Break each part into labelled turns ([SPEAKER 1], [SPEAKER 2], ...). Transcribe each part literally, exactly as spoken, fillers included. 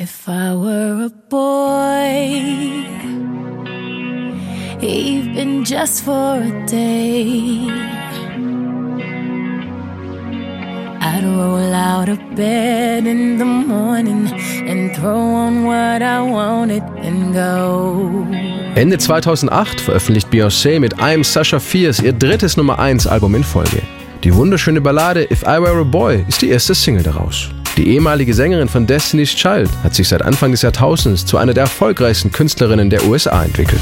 [SPEAKER 1] If I were a boy, even just for a day, I'd roll out of bed in the morning and throw on what I wanted and go.
[SPEAKER 2] Ende zweitausendacht veröffentlicht Beyoncé mit I'm Sasha Fierce ihr drittes Nummer eins Album in Folge. Die wunderschöne Ballade If I Were a Boy ist die erste Single daraus. Die ehemalige Sängerin von Destiny's Child hat sich seit Anfang des Jahrtausends zu einer der erfolgreichsten Künstlerinnen der U S A entwickelt.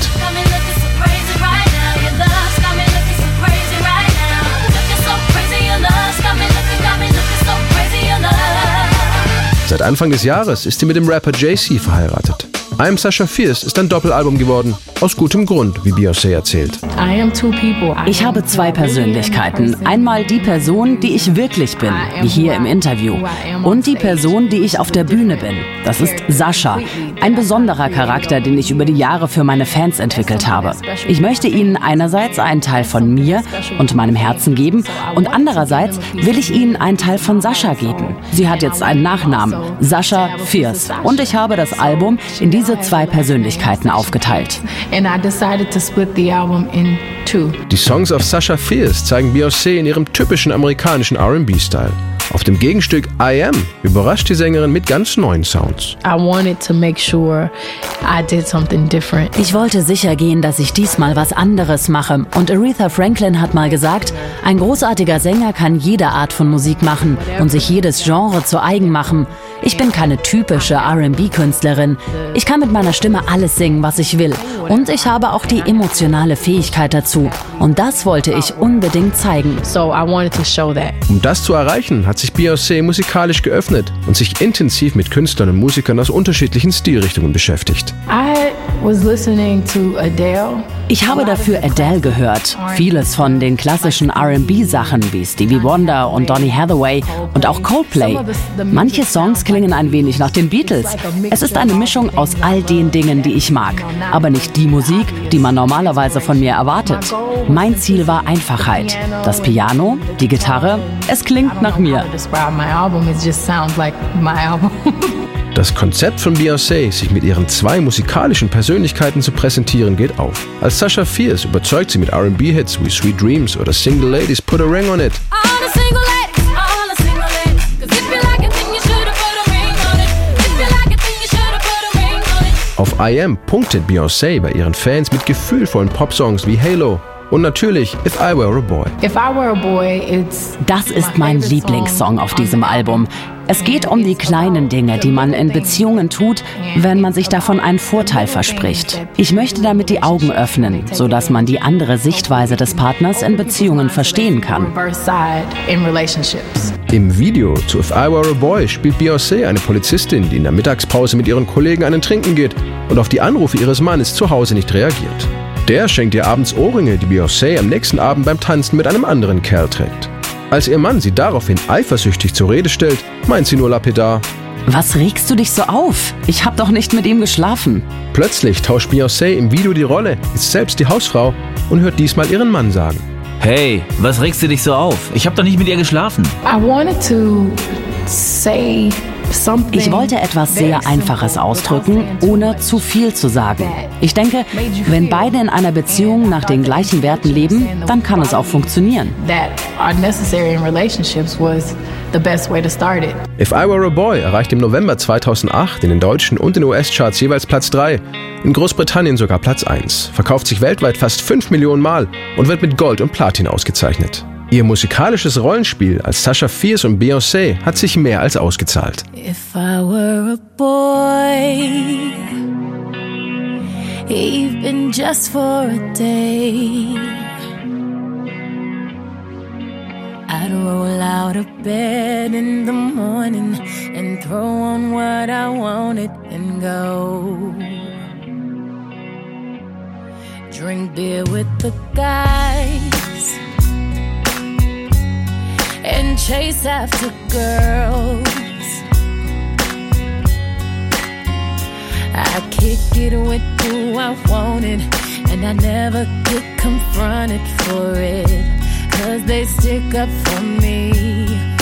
[SPEAKER 2] Seit Anfang des Jahres ist sie mit dem Rapper Jay-Z verheiratet. I'm Sasha Fierce ist ein Doppelalbum geworden, aus gutem Grund, wie Beyoncé erzählt.
[SPEAKER 3] Ich habe zwei Persönlichkeiten. Einmal die Person, die ich wirklich bin, wie hier im Interview. Und die Person, die ich auf der Bühne bin. Das ist Sasha. Ein besonderer Charakter, den ich über die Jahre für meine Fans entwickelt habe. Ich möchte ihnen einerseits einen Teil von mir und meinem Herzen geben und andererseits will ich ihnen einen Teil von Sasha geben. Sie hat jetzt einen Nachnamen, Sasha Fierce. Und ich habe das Album in diese zwei Persönlichkeiten aufgeteilt.
[SPEAKER 2] Die Songs auf Sasha Fierce zeigen Beyoncé in ihrem typischen amerikanischen R and B-Style. Auf dem Gegenstück I Am überrascht die Sängerin mit ganz neuen Sounds.
[SPEAKER 3] Ich wollte sicher gehen, dass ich diesmal was anderes mache. Und Aretha Franklin hat mal gesagt, ein großartiger Sänger kann jede Art von Musik machen und sich jedes Genre zu eigen machen. Ich bin keine typische R and B-Künstlerin. Ich kann mit meiner Stimme alles singen, was ich will. Und ich habe auch die emotionale Fähigkeit dazu. Und das wollte ich unbedingt zeigen.
[SPEAKER 2] Um das zu erreichen, hat sich Beyoncé musikalisch geöffnet und sich intensiv mit Künstlern und Musikern aus unterschiedlichen Stilrichtungen beschäftigt.
[SPEAKER 3] Ich habe dafür Adele gehört. Vieles von den klassischen R and B-Sachen wie Stevie Wonder und Donny Hathaway und auch Coldplay. Manche Songs klingen ein wenig nach den Beatles. Es ist eine Mischung aus all den Dingen, die ich mag, aber nicht die Musik, die man normalerweise von mir erwartet. Mein Ziel war Einfachheit. Das Piano, die Gitarre, es klingt nach mir.
[SPEAKER 2] Das Konzept von Beyoncé, sich mit ihren zwei musikalischen Persönlichkeiten zu präsentieren, geht auf. Als Sasha Fierce überzeugt sie mit R and B-Hits wie Sweet Dreams oder Single Ladies Put a Ring on It. Auf I Am punktet Beyoncé bei ihren Fans mit gefühlvollen Popsongs wie Halo. Und natürlich If I Were a Boy.
[SPEAKER 3] Das ist mein Lieblingssong auf diesem Album. Es geht um die kleinen Dinge, die man in Beziehungen tut, wenn man sich davon einen Vorteil verspricht. Ich möchte damit die Augen öffnen, sodass man die andere Sichtweise des Partners in Beziehungen verstehen kann.
[SPEAKER 2] Im Video zu If I Were a Boy spielt Beyoncé eine Polizistin, die in der Mittagspause mit ihren Kollegen einen trinken geht und auf die Anrufe ihres Mannes zu Hause nicht reagiert. Der schenkt ihr abends Ohrringe, die Beyoncé am nächsten Abend beim Tanzen mit einem anderen Kerl trägt. Als ihr Mann sie daraufhin eifersüchtig zur Rede stellt, meint sie nur lapidar:
[SPEAKER 3] Was regst du dich so auf? Ich hab doch nicht mit ihm geschlafen.
[SPEAKER 2] Plötzlich tauscht Beyoncé im Video die Rolle, ist selbst die Hausfrau und hört diesmal ihren Mann sagen:
[SPEAKER 4] Hey, was regst du dich so auf? Ich hab doch nicht mit ihr geschlafen.
[SPEAKER 3] Ich wollte etwas sehr Einfaches ausdrücken, ohne zu viel zu sagen. Ich denke, wenn beide in einer Beziehung nach den gleichen Werten leben, dann kann es auch funktionieren.
[SPEAKER 2] If I Were a Boy erreicht im November zweitausendacht in den deutschen und den U S-Charts jeweils Platz drei, in Großbritannien sogar Platz eins, verkauft sich weltweit fast fünf Millionen Mal und wird mit Gold und Platin ausgezeichnet. Ihr musikalisches Rollenspiel als Sasha Fierce und Beyoncé hat sich mehr als ausgezahlt.
[SPEAKER 1] If I were a boy, even just for a day, I'd roll out of bed in the morning and throw on what I wanted and go. Drink beer with the guys and chase after girls. I kick it with who I wanted, and I never get confronted for it, 'cause they stick up for me.